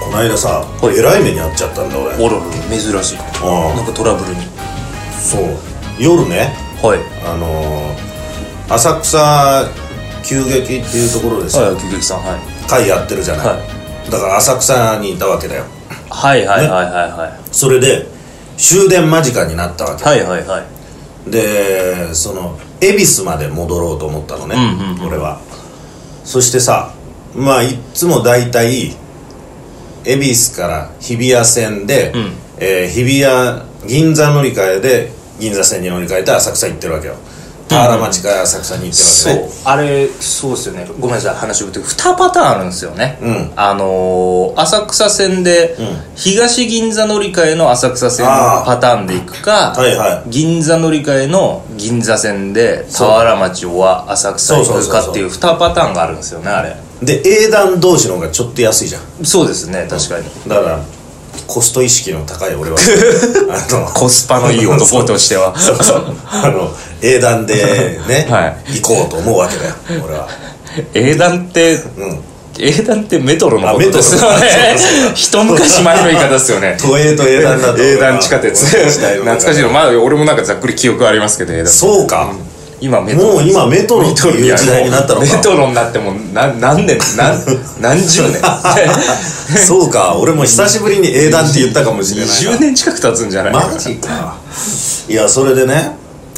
この間さ、 はいえらい目に遭っちゃったんだ俺。 おろろ珍しい。なんかトラブルに。 そう夜ね、 はい。 浅草急激っていうところでさ、 はい、急激さん。はい。 会やってるじゃない、 はい。 だから浅草にいたわけだよ。 はいはいはいはいはい。 それで終電間近になったわけ。 はいはいはい。 でその恵比寿まで戻ろうと思ったのね、俺は。そしてさ、まあいっつもだいたい恵比寿から日比谷線で、日比谷銀座乗り換えで銀座線に乗り換えて浅草行ってるわけよ。田原町から浅草に行ってるわけね。 そう、あれそうですよね。ごめんなさい、話を振って2パターンあるんですよね。浅草線で、東銀座乗り換えの浅草線のパターンで行くか、 はいはい、 銀座乗り換えの銀座線で田原町は浅草行くかっていう2パターンがあるんですよね、あれで。英断同士の方がちょっと安いじゃん。 そうですね、確かに。 だからコスト意識の高い俺はコスパのいい男としてはそう英断でね、 はい、 行こうと思うわけだよ俺は。 英断って、英断ってメトロのことですよね。一昔前の言い方ですよね。 都営と英断だと。 英断地下鉄懐かしいの。まあ俺もなんかざっくり記憶ありますけど、英断。 そうか、 今メトロ。 もう今メトロっていう時代になったのか。 メトロになっても何年何十年そうか、俺も久しぶりに英断って言ったかもしれない。 20年近く経つんじゃないかな。 マジか。いや、それでね、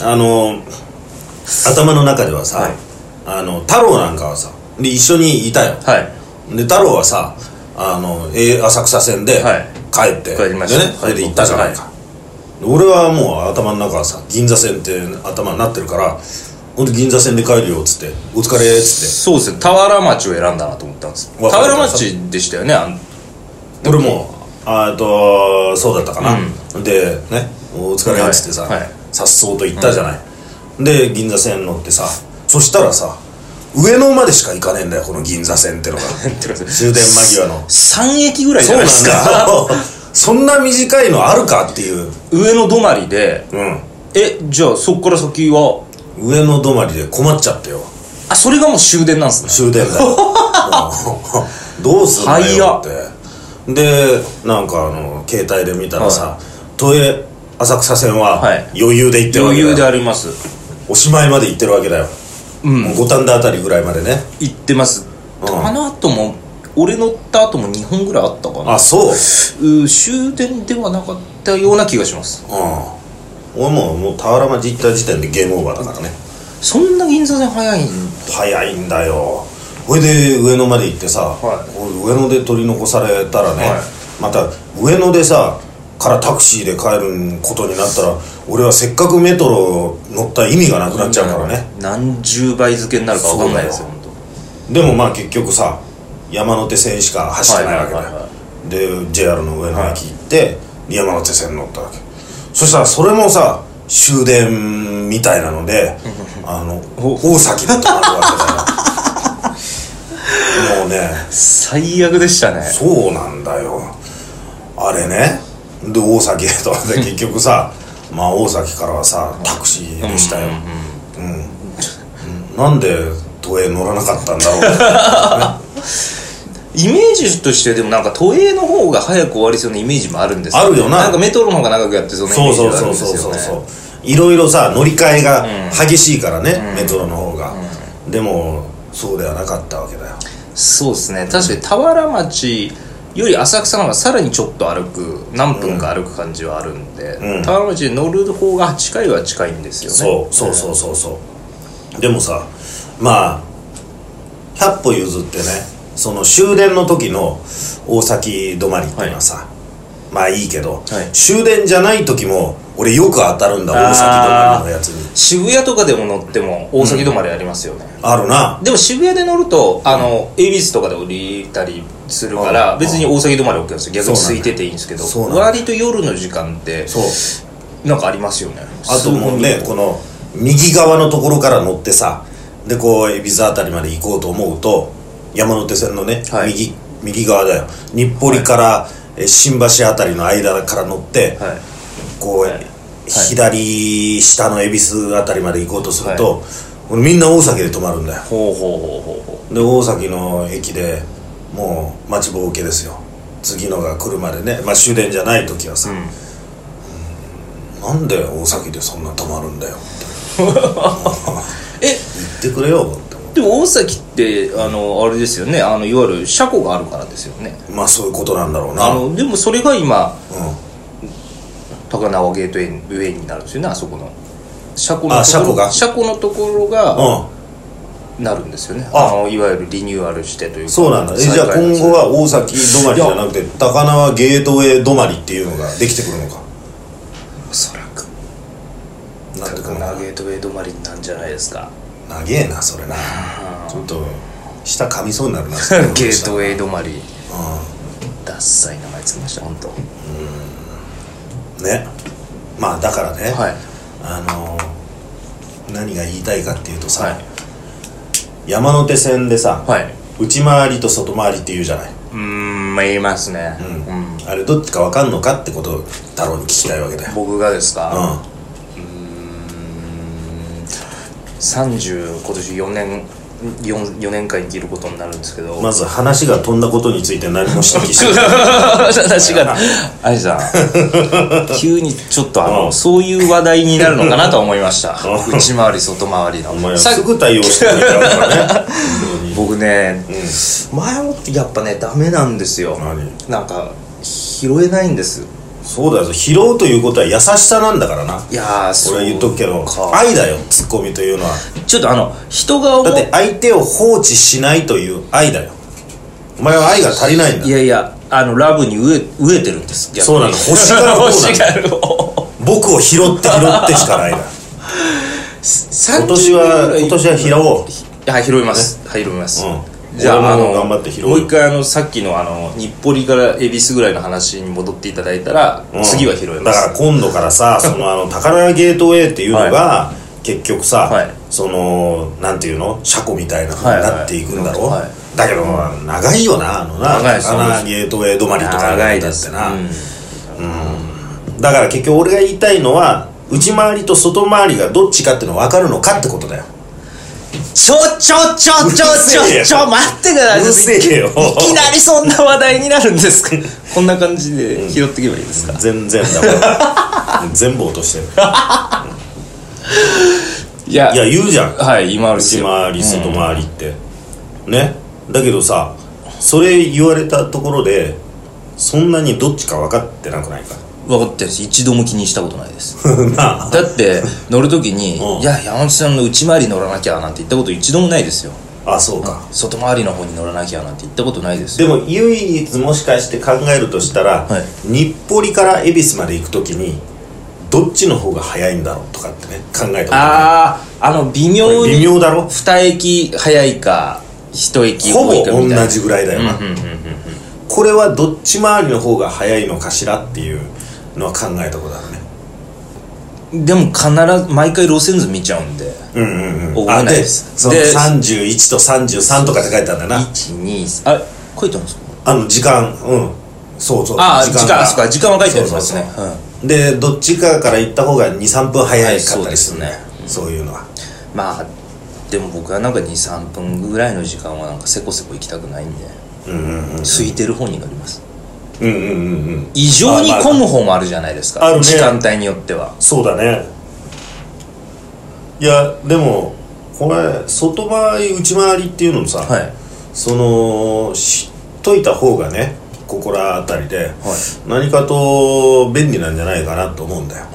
頭の中ではさ、太郎なんかはさで一緒にいたよ。で太郎はさ浅草線で帰って帰りましたね。 それで行ったじゃないか。俺はもう頭の中はさ銀座線って頭になってるから、ほんで銀座線で帰るよっつってお疲れっつって。 そうですよ、田原町を選んだなと思ったんです。田原町でしたよね。 俺もそうだったかな、でねお疲れっつってささっそうと行ったじゃない、で銀座線乗ってさ、そしたらさ上野までしか行かねえんだよこの銀座線ってのが終電間際の 3駅ぐらいじゃないですか。 そうなんだよそんな短いのあるかっていう。 上野止まりで、じゃあそっから先は上野止まりで困っちゃってよ。 あ、それがもう終電なんすね。 終電だよどうすんだよってで、なんか携帯で見たらさ、都営浅草線は余裕で行ってるわけだよ。 余裕であります。 おしまいまで行ってるわけだよ。もう五反田あたりぐらいまでね行ってます。あの後も俺乗った後も2本ぐらいあったかな。 あ、そう。 終電ではなかったような気がします。 俺もう田原町行った時点でゲームオーバーだからね。 そんな銀座線早いんだよ。これで上野まで行ってさ、上野で取り残されたらね、また上野でさからタクシーで帰ることになったら、俺はせっかくメトロ乗った意味がなくなっちゃうからね。 何十倍付けになるか分かんないですよ。 でもまあ結局さ山手線しか走ってないわけだよ。で JR の上野駅行って、山手線乗ったわけ。そしたらそれもさ終電みたいなので大崎で止まるわけだよもうね最悪でしたね。 そうなんだよあれね。で大崎へとで結局さまあ大崎からはさタクシーでしたよ。なんで都営乗らなかったんだろうイメージとしてでもなんか都営の方が早く終わりそうなイメージもあるんですよ、 あるよな。 なんかメトロの方が長くやってそうなイメージがあるんですよね。 そういろいろさ乗り換えが激しいからね、メトロの方が、でもそうではなかったわけだよ。 そうですね。確かに田原町より浅草の方がさらにちょっと歩く何分か歩く感じはあるんで、田原町で乗る方が近いは近いんですよね。 そうでもさまあ100歩譲ってね、その終電の時の大崎止まりっていうのはさ、まあいいけど、終電じゃない時も俺よく当たるんだ大崎止まりのやつに。 渋谷とかでも乗っても大崎止まりありますよね、 あるな。 でも渋谷で乗ると恵比寿とかで降りたりするから別に大崎止まり OK なんですよ。逆に空いてていいんですけど、割と夜の時間ってなんかありますよね。 あともうねこの右側のところから乗ってさ、でこう恵比寿あたりまで行こうと思うと山手線のね、右側だよ。日暮里から新橋あたりの間から乗って、こう、左下の恵比寿あたりまで行こうとすると、みんな大崎で止まるんだよ。で大崎の駅でもう待ちぼうけですよ。 次のが来るまでね、まあ終電じゃない時はさ、なんで大崎でそんな止まるんだよって言ってくれよって。 でも大崎ってあれですよね、いわゆる車庫があるからですよね。 まあそういうことなんだろうな。 でもそれが今、高輪ゲートウェイになるんですよね、あそこの車庫のところが、なるんですよね。いわゆるリニューアルしてというか。 そうなんだ。じゃあ今後は大崎止まりじゃなくて高輪ゲートウェイ止まりっていうのができてくるのか。 おそらく高輪ゲートウェイ止まりなんじゃないですか。 長えなそれな。ちょっと舌噛みそうになるな。 ゲートウェイ止まり。ダッサい名前つけました本当。 ね。まあだからね、 はい、 何が言いたいかっていうとさ、山手線でさ、内回りと外回りって言うじゃない。 言いますね。 あれどっちか分かんのかってことを太郎に聞きたいわけだよ。 僕がですか。30今年4年間生きることになるんですけど、 まず話が飛んだことについて何も指摘してない話があいさん急にちょっとそういう話題になるのかなと思いました内回り外回りの。 お前すぐ対応してくれたからね僕ね、前もってやっぱねダメなんですよ。なんか拾えないんです。 そうだよ、拾うということは優しさなんだからな。 いや俺は言っとくけど、愛だよツッコミというのは。 ちょっと人がだって相手を放置しないという愛だよ。お前は愛が足りないんだ。 いやいやラブに飢えてるんです。 そうなの、欲しがる方なんだ僕を拾ってしかないだ今年は拾おう。 はい、拾います、拾います。 じゃあ頑張って拾おう。 もう一回さっきの日暮里から恵比寿ぐらいの話に戻っていただいたら、次は拾います。 だから今度からさ高輪ゲートウェイっていうのが、結局さ、なんていうの車庫みたいな風になっていくんだろう。だけど長いよな高輪ゲートウェイ止まりとか長いですな。 だから結局俺が言いたいのは内回りと外回りがどっちかっていうの分かるのかってことだよ。 ちょ待ってください。 うるせえよ。 いきなりそんな話題になるんですかこんな感じで拾っていけばいいですか。 全然だから全部落としてるいや言うじゃん。 はい今ある内回り外回りってね。だけどさそれ言われたところでそんなにどっちか分かってなくないか。 分かってるし一度も気にしたことないですだって乗る時にいや山本さんの内回り乗らなきゃなんて言ったこと一度もないですよ。 あ、そうか。 外回りの方に乗らなきゃなんて言ったことないですよ。 でも唯一もしかして考えるとしたら、日暮里から恵比寿まで行く時にどっちの方が早いんだろうとかってね考えたことない。 微妙に微妙だろ。 2駅早いか1駅多いか多いかみたいな。 ほぼ同じぐらいだよな。これはどっち回りの方が早いのかしらっていうのは考えたことあるね。 でも必ず毎回路線図見ちゃうんで覚えないです。 で31と33とかって書いてあるんだよな。 123あれ書いてあるんですか。 時間そう時間は書いてありますね。 でどっちかから行った方が 2,3 分早かったりするね。そういうのはまあでも僕はなんか 2,3 分ぐらいの時間はなんかせこせこ行きたくないんで空いてる方に乗ります。異常に混む方もあるじゃないですか、時間帯によっては。 そうだね。いやでもこれ外回り内回りっていうのもさ、知っといた方がねここらあたりで何かと便利なんじゃないかなと思うんだよ。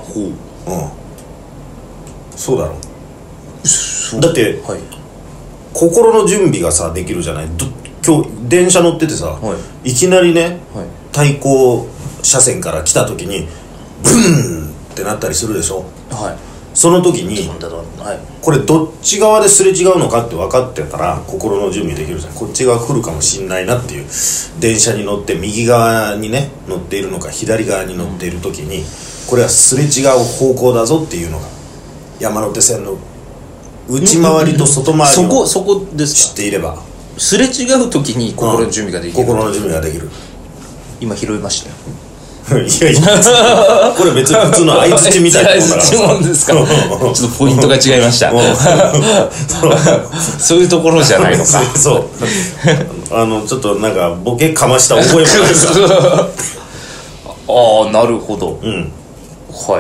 そうだろう。だって、心の準備がさできるじゃない。今日電車乗っててさ、いきなりね、対向車線から来た時にブーンってなったりするでしょ。その時にこれどっち側ですれ違うのかって分かってたら心の準備できるじゃん。こっち側来るかもしんないなっていう電車に乗って右側にね乗っているのか左側に乗っている時にこれはすれ違う方向だぞっていうのが山手線の内回りと外回りをそこです知っていればすれ違う時に心の準備ができる。 心の準備ができる。 今拾いましたよいやこれ別に普通の相づちみたいなもんだから相づちですか。ちょっとポイントが違いましたそういうところじゃないのか。 そうちょっとなんかボケかました覚えもないさああ、なるほど。はい。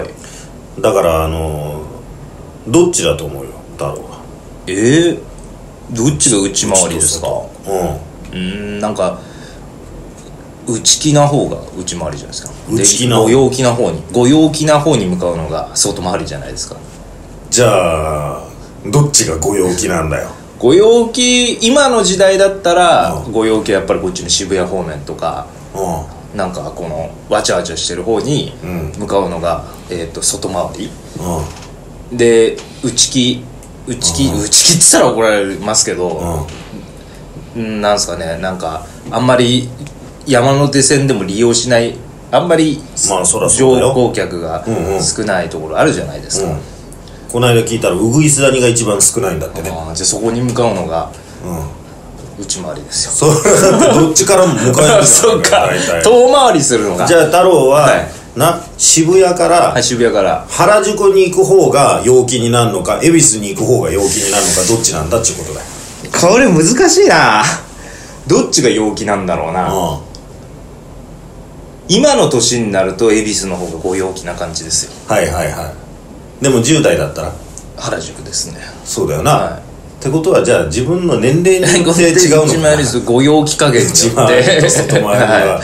だからどっちだと思うよ太郎は。 どっちが内回りですか。なんか内気な方が内回りじゃないですか。 内気なご陽気な方に向かうのが外回りじゃないですか。 じゃあどっちがご陽気なんだよ。 ご陽気、今の時代だったらご陽気はやっぱりこっちの渋谷方面とか、なんかこのわちゃわちゃしてる方に向かうのが、外回り、で内気って言ったら怒られますけど、なんすかね、なんかあんまり山手線でも利用しない、あんまり乗降客が少ないところあるじゃないですか。 この間聞いたらウグイス谷が一番少ないんだってね。 じゃあそこに向かうのが内回りですよ。 そうだってどっちからも向かえるそうか、遠回りするのが。 じゃあ太郎は、渋谷から原宿に行く方が陽気になるのか、恵比寿に行く方が陽気になるのか、どっちなんだっていうことだよ。 これ難しいな。どっちが陽気なんだろうな。今の年になると恵比寿の方がご陽気な感じですよ。 でも10代だったら原宿ですね。 そうだよな、ってことはじゃあ自分の年齢によって違うのかな。 内回りするご陽気加減によって外回りは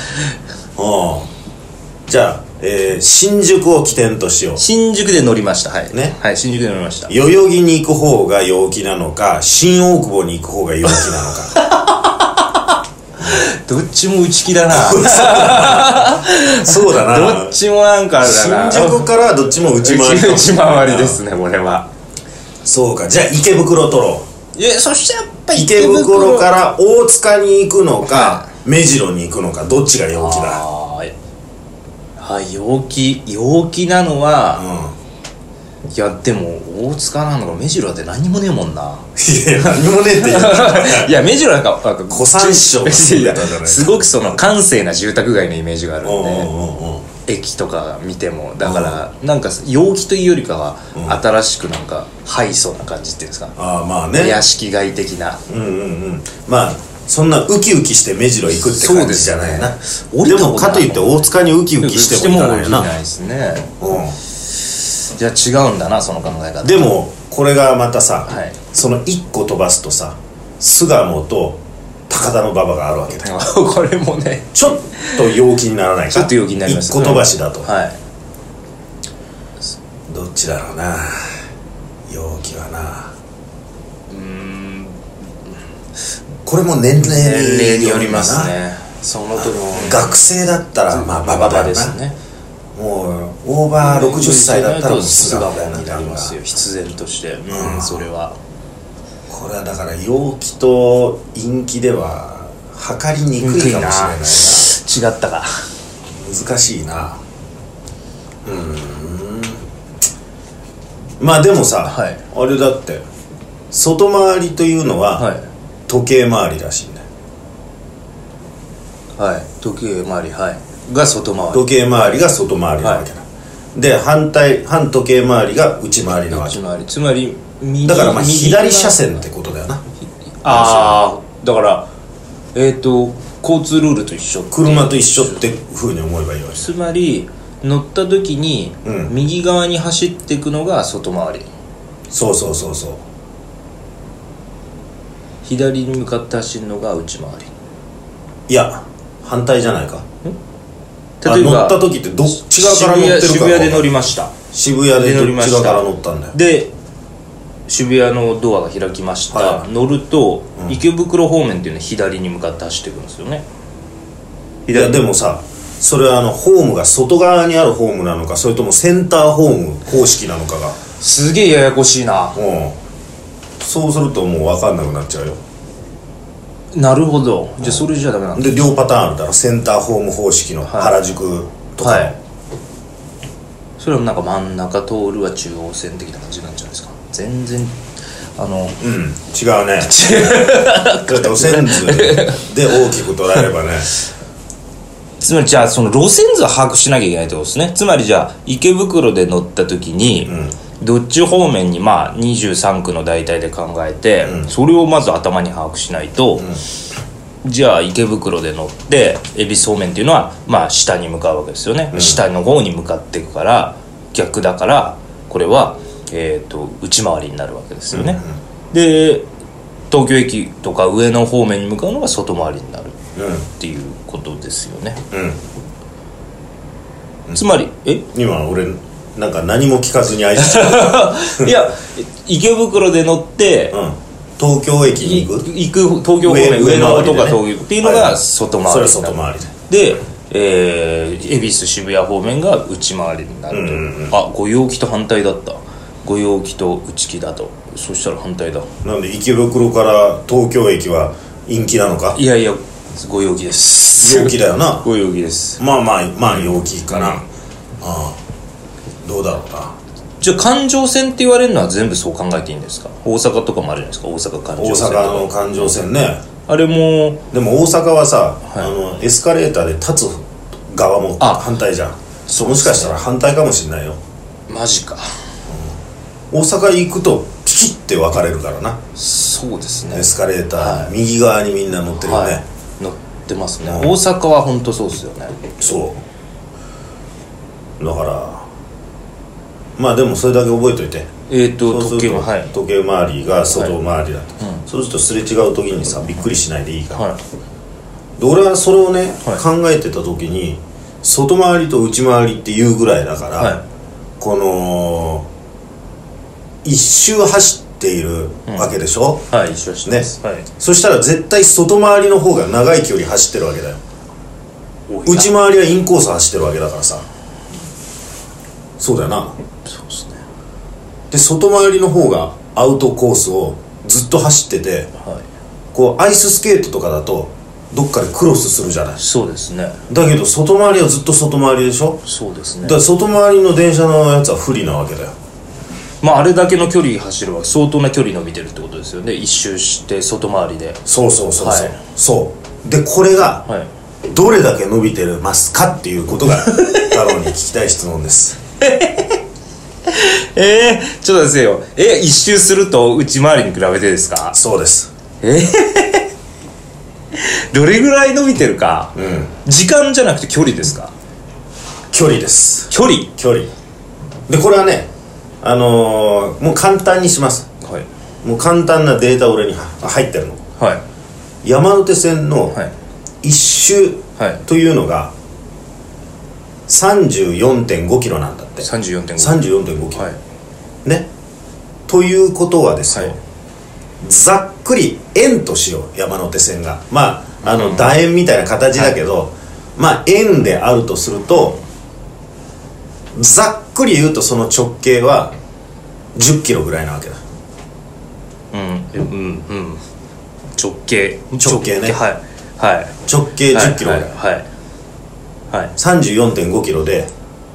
じゃあ、新宿を起点としよう。 新宿で乗りました。新宿で乗りました。 代々木に行く方が陽気なのか、新大久保に行く方が陽気なのかどっちも内気だなそうだな、 どっちもなんかあれだな。 新宿からどっちも内回り内回りですね、これは。 そうか、じゃあ池袋取ろう。 そしてやっぱり池袋から大塚に行くのか、目白に行くのか、どっちが陽気だ。陽気なのは、いやでも大塚なのか目白って何もねえもんな。 いや何もねえって言ういや目白なんか小山椒すごくその閑静な住宅街のイメージがあるんで、駅とか見てもだからなんか陽気というよりかは新しくなんかハイソな感じっていうんですか。 まあね、 屋敷街的な。 まあそんなウキウキして目白行くって感じじゃないな。でもかといって大塚にウキウキしてもいかないな。 ないですね。じゃあ違うんだな、その考え方。 でもこれがまたさ、その1個飛ばすとさ、巣鴨と高田馬場があるわけだよこれもねちょっと陽気にならないか。 ちょっと陽気になります 1個飛ばしだと、どっちだろうな、陽気はな。これも年齢によりますね。その時の学生だったらまあ馬場だよな。 ですね。 もうオーバー60歳だったら巣鴨になりますよ、必然として。それはこれはだから陽気と陰気では測りにくいかもしれないな。 違ったか、 難しいな。まあでもさ、あれだって外回りというのは時計回りらしいんだよ。 時計回りが外回り、 時計回りが外回りなわけだ、で反時計回りが内回りなわけ。 つまりだからまあ左車線ってことだよな。 だから交通ルールと一緒、 車と一緒ってふうに思えばいいわけ。 つまり乗った時に右側に走っていくのが外回り、 そう左に向かって走るのが内回り。 いや反対じゃないか。 例えば乗った時ってどっち側から乗ってるか。 渋谷で乗りました。 渋谷でどっち側から乗ったんだよ。 で渋谷のドアが開きました、乗ると、池袋方面っていうのは左に向かって走っていくんですよね。 いやでもさ、それはホームが外側にあるホームなのか、それともセンターホーム方式なのかがすげえややこしいな。 そうするともう分かんなくなっちゃうよ。 なるほど、じゃあそれじゃダメなんだ。 で両パターンあるだろ、センターホーム方式の原宿とか、 それはなんか真ん中通るは中央線的な感じなんじゃないですか。全然違うね路線図で大きく捉えればねつまりじゃあその路線図を把握しなきゃいけないってことですね。つまりじゃあ池袋で乗った時に、どっち方面にまあ23区の大体で考えて、それをまず頭に把握しないと、じゃあ池袋で乗って恵比寿方面っていうのはまあ下に向かうわけですよね、下の方に向かっていくから逆だから、これは内回りになるわけですよね、で東京駅とか上野方面に向かうのが外回りになるっていうことですよね、つまり今俺なんか何も聞かずに挨拶いや池袋で乗って、 東京駅に行く東京方面上野とか東京っていうのが外回りになる、 それは外回りで恵比寿渋谷方面が内回りになると、あ、御用木と反対だった、御用木と内木だと、そしたら反対だ。 なんで池袋から東京駅は陰気なのか。 いやいや御用木です。 陽気だよな。 御用木です。 まあ陽気かな、どうだろうな。 じゃあ環状線って言われるのは全部そう考えていいんですか。大阪とかもあるじゃないですか、大阪環状線とか。 大阪の環状線ね、 あれもでも大阪はさ、エスカレーターで立つ側も反対じゃん。 そう、 もしかしたら反対かもしれないよ。 マジか、 大阪行くとピキッて分かれるからな。 そうですね、 エスカレーター、右側にみんな乗ってるよね、 乗ってますね、大阪は本当そうですよね。 そうだからまあでもそれだけ覚えといて、 時計は、 時計回りが外回りだと、そうするとすれ違う時にさびっくりしないでいいから、で俺はそれをね、考えてた時に外回りと内回りっていうぐらいだから、この一周走っているわけでしょ、 一周走ってます、 そしたら絶対外回りの方が長い距離走ってるわけだよ。内回りはインコース走ってるわけだからさ。そうだよな。 そうですね。 で外回りの方がアウトコースをずっと走ってて、こうアイススケートとかだとどっかでクロスするじゃない。 そうですね。 だけど外回りはずっと外回りでしょ。 そうですね。 だから外回りの電車のやつは不利なわけだよ。 まああれだけの距離走るは相当な距離伸びてるってことですよね。一周して外回りで。 そうそうでこれがどれだけ伸びてますかっていうことが太郎に聞きたい質問です。 ちょっとですよ。一周すると内回りに比べてですか。 そうです。 どれぐらい伸びてるか、時間じゃなくて距離ですか。 距離です。 距離でこれはね、もう簡単にします、もう簡単なデータ俺に入ってるの、山手線の一周というのが 34.5 キロなんだって。 34.5 キロ、ね。ということはですよ、ざっくり円としよう。山手線がまあ楕円みたいな形だけど、まあ円であるとすると、ざっくり言うとその直径は10キロぐらいなわけだ。 直径ね。 直径 10キロぐらい。34.5 キロで、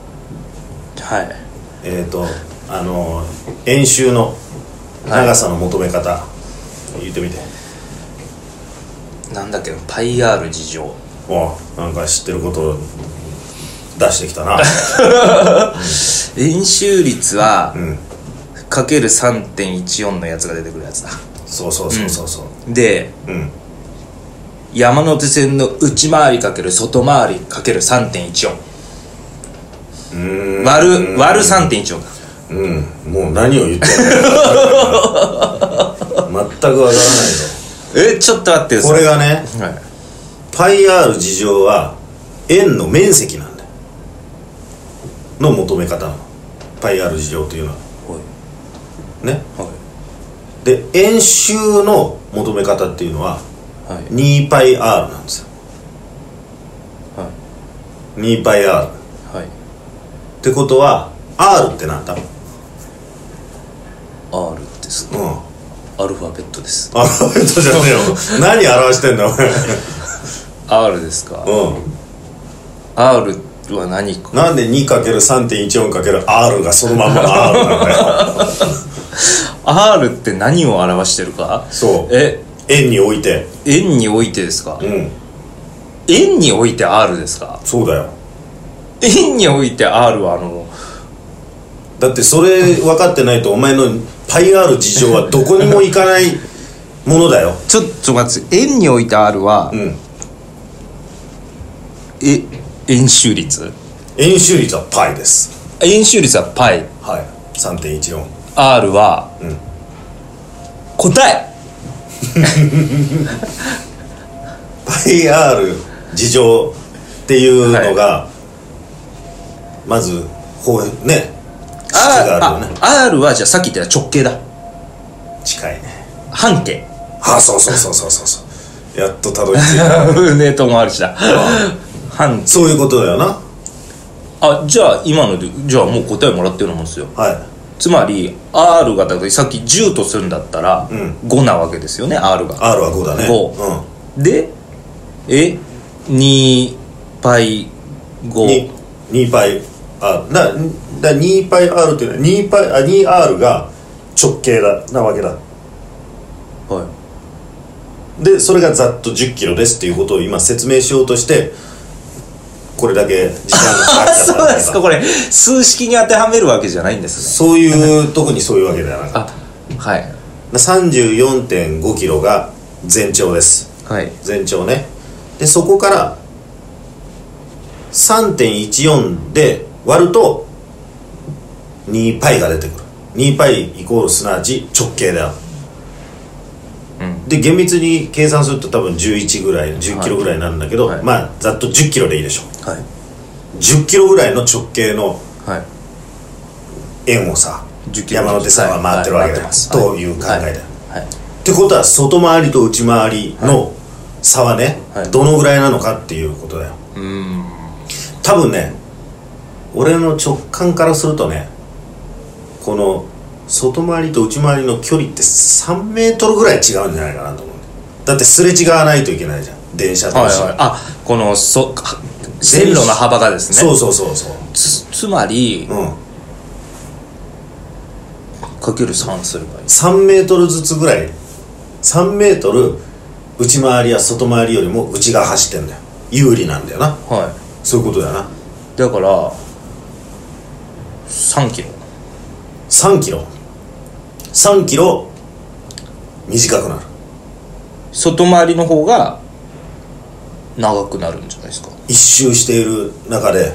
円周の長さの求め方、言ってみて。 なんだっけ、パイ R 事情。 なんか知ってることを出してきたな。 円周率は、かける 3.14 のやつが出てくるやつだ。 そうで、山手線の内回りかける外回りかける 3.14 割る 3.14 だ。 もう何を言ってんの全くわからないぞ。 ちょっと待ってください。 これがね、パイ R 事情は円の面積なんだよの求め方なの。パイ R 事情というのはね、で円周の求め方っていうのは、2パイ R なんですよ。2パイ R、ってことは R ってなんだ。 R ですね、アルファベットです。 アルファベットじゃねえよ。何表してんだお前。 R ですか。R は何か。 なんで 2×3.14×R がそのまま R なんだよ。 R って何を表してるか。 そう、円において。 円においてですか。 円において R ですか？ そうだよ。 円において R はだってそれ分かってないとお前のパイ R 事情はどこにも行かないものだよ。 ちょっと待って、円において R は、円周率？ 円周率はパイです。 円周率はパイ。 はい、3.14。 R は、答えパイ R 事情っていうのが、まずね、式があるよね。 R はじゃあさっき言った直径だ。 近いね。 半径。 そうやっとたどり着いた。 ねえともあるしだ。半径。 そういうことだよな。 じゃあ今のでじゃあもう答えもらってるようなもんですよ。 はい。 つまり R がだからさっき10とするんだったら、5なわけですよね。 R が R は5だね。 5、で2パイ5 2パイ R だ2パイ R っていうのは2R が直径なわけだ。 はい。 でそれがざっと10キロですっていうことを今説明しようとしてこれだけ時間がかかっちゃった。 そうですか。これ数式に当てはめるわけじゃないんですね。 そういうとこにそういうわけではなかった。 はい。 34.5 キロが全長です。 はい。 全長ね。でそこから 3.14 で割ると2パイが出てくる。2パイイコールすなわち直径だよ。で厳密に計算すると多分11ぐらい10キロぐらいなんだけど、まあざっと10キロでいいでしょ。10キロぐらいの直径の円をさ、山手線は回ってるわけだよ、という考えだよ。ってことは外回りと内回りの差はね、どのぐらいなのかっていうことだよ。多分ね、俺の直感からするとね、この外回りと内回りの距離って3メートルぐらい違うんじゃないかなと思う。だってすれ違わないといけないじゃん、電車同士。 この線路の幅がですね。 そうつまり、かける3すればいい。 3メートルずつぐらい、3メートル内回りや外回りよりも内側走ってんだよ。有利なんだよな。そういうことだよな。 だから3キロ3キロ短くなる。外回りの方が長くなるんじゃないですか。 一周している中で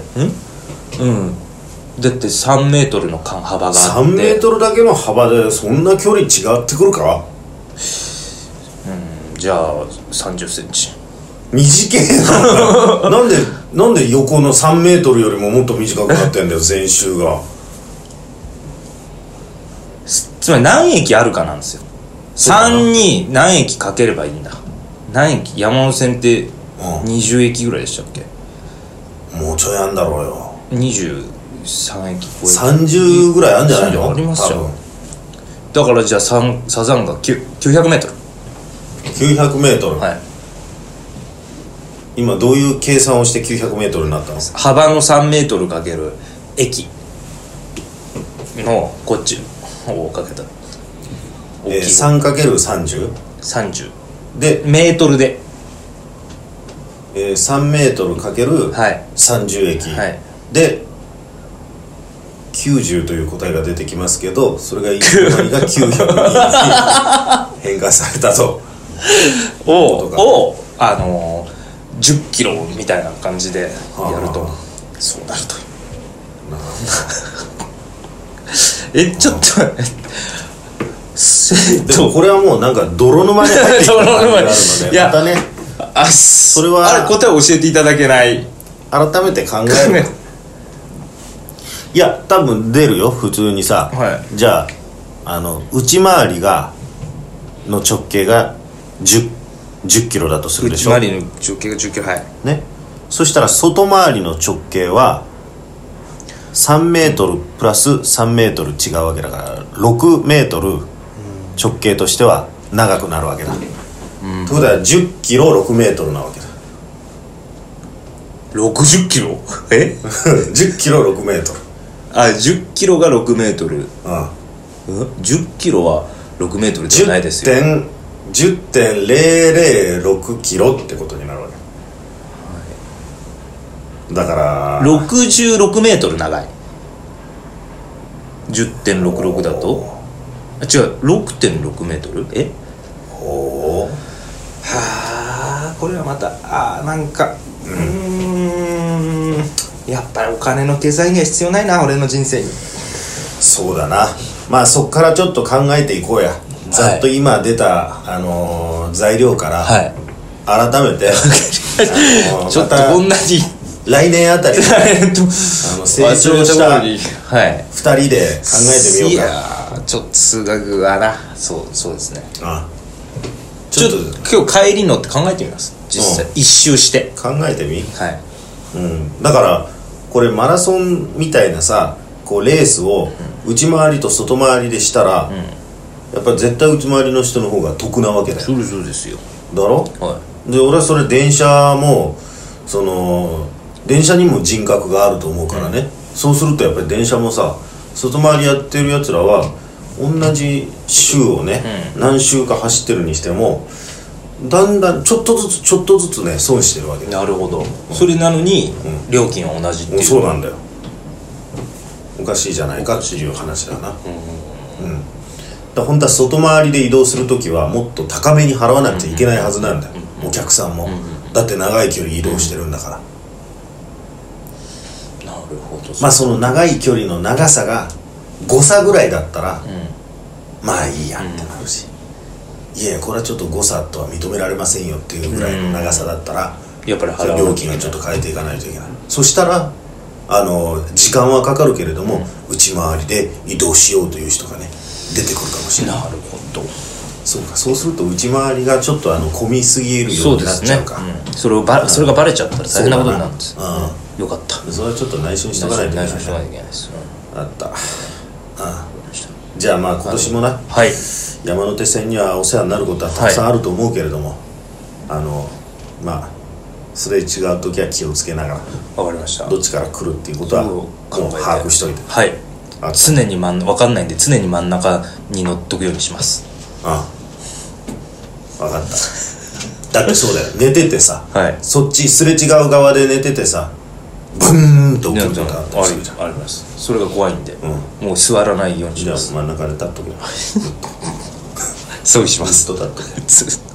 だって3メートルの幅があって 3メートルだけの幅でそんな距離違ってくるか。 じゃあ30センチ短いな。なんで横の3メートルよりももっと短くなってんだよ全周が。 つまり何駅あるかなんですよ。3に何駅かければいいんだ。何駅、山手線って20駅ぐらいでしたっけ。 もうちょいあんだろうよ。 23駅超え 30ぐらいあるんじゃないの。 ありますよ。だからじゃあサザンが900メートル 900メートル。今どういう計算をして900メートルになったの。 幅の3メートルかける駅のこっちをかけた 3×30 でメートルで、 3メートルかける30駅、で90という答えが出てきますけど、それが902に変化されたとを10キロみたいな感じでやるとそうなると。ちょっとでもこれはもうなんか泥沼に入ってきた感じがあるのでまたね、 それは答えを教えていただけない。 改めて考えるいや多分出るよ普通にさ、じゃあ内回りの直径が10キロだとするでしょ。 内回りの直径が10キロね。そしたら外回りの直径は3メートルプラス3メートル違うわけだから6メートル直径としては長くなるわけだ。ということは10キロ6メートルなわけだ。 60キロ 10キロ6メートル。 10キロが6メートル。10キロは6メートルじゃないですよ。 10.006 キロってことになるわけ。 だから 66メートル長い。 10.66 だと違う 6.6 メートル。 おお、 はあ、これはまたなんかやっぱりお金の経済には必要ないな、俺の人生に。 そうだな。まあそっからちょっと考えていこうや。ざっと今出た、材料から、改めてちょっとこんなに来年あたり成長した2人で考えてみようか。 いやちょっと数学はな、そうですね。ちょっと今日帰りのって考えてみます、実際。一周して考えてみ。だからこれマラソンみたいなさ、こうレースを内回りと外回りでしたら、やっぱり絶対内回りの人の方が得なわけだよ。 そうですよ。 だろ、で俺はそれ電車も電車にも人格があると思うからね、そうするとやっぱり電車もさ、外回りやってるやつらは同じ周をね、何周か走ってるにしてもだんだんちょっとずつね損してるわけ。 なるほど、それなのに、料金は同じっていう。 そうなんだよ。おかしいじゃないかっていう話だな。だ本当は外回りで移動するときはもっと高めに払わなくちゃいけないはずなんだよ、お客さんも。だって長い距離移動してるんだから。 なるほど。 まあその長い距離の長さが誤差ぐらいだったら、まあいいやってなるし、いやこれはちょっと誤差とは認められませんよっていうぐらいの長さだったら、 やっぱり料金はちょっと変えていかないといけない。そしたら時間はかかるけれども、内回りで移動しようという人がね出てくるかもしれない。 なるほど。 そうか、そうすると内回りがちょっと混みすぎるようになっちゃうか。 それがバレちゃったら大変なことになるんです。よかった。 それはちょっと内緒にしとかないといけない。 内緒にしとかないといけないです。 あった。じゃあまあ今年もな、山手線にはお世話になることはたくさんあると思うけれども、まあすれ違う時は気をつけながら、 わかりました。 どっちから来るっていうことはもう把握しといて。 常に分かんないんで常に真ん中に乗っとくようにします。 分かった。だってそうだよ、寝ててさ、そっちすれ違う側で寝ててさ、ブーンと起きることあったりするじゃん。 あります。それが怖いんで、もう座らないようにします。 じゃあ真ん中で立っとけばそうします。 ずっと立っとけ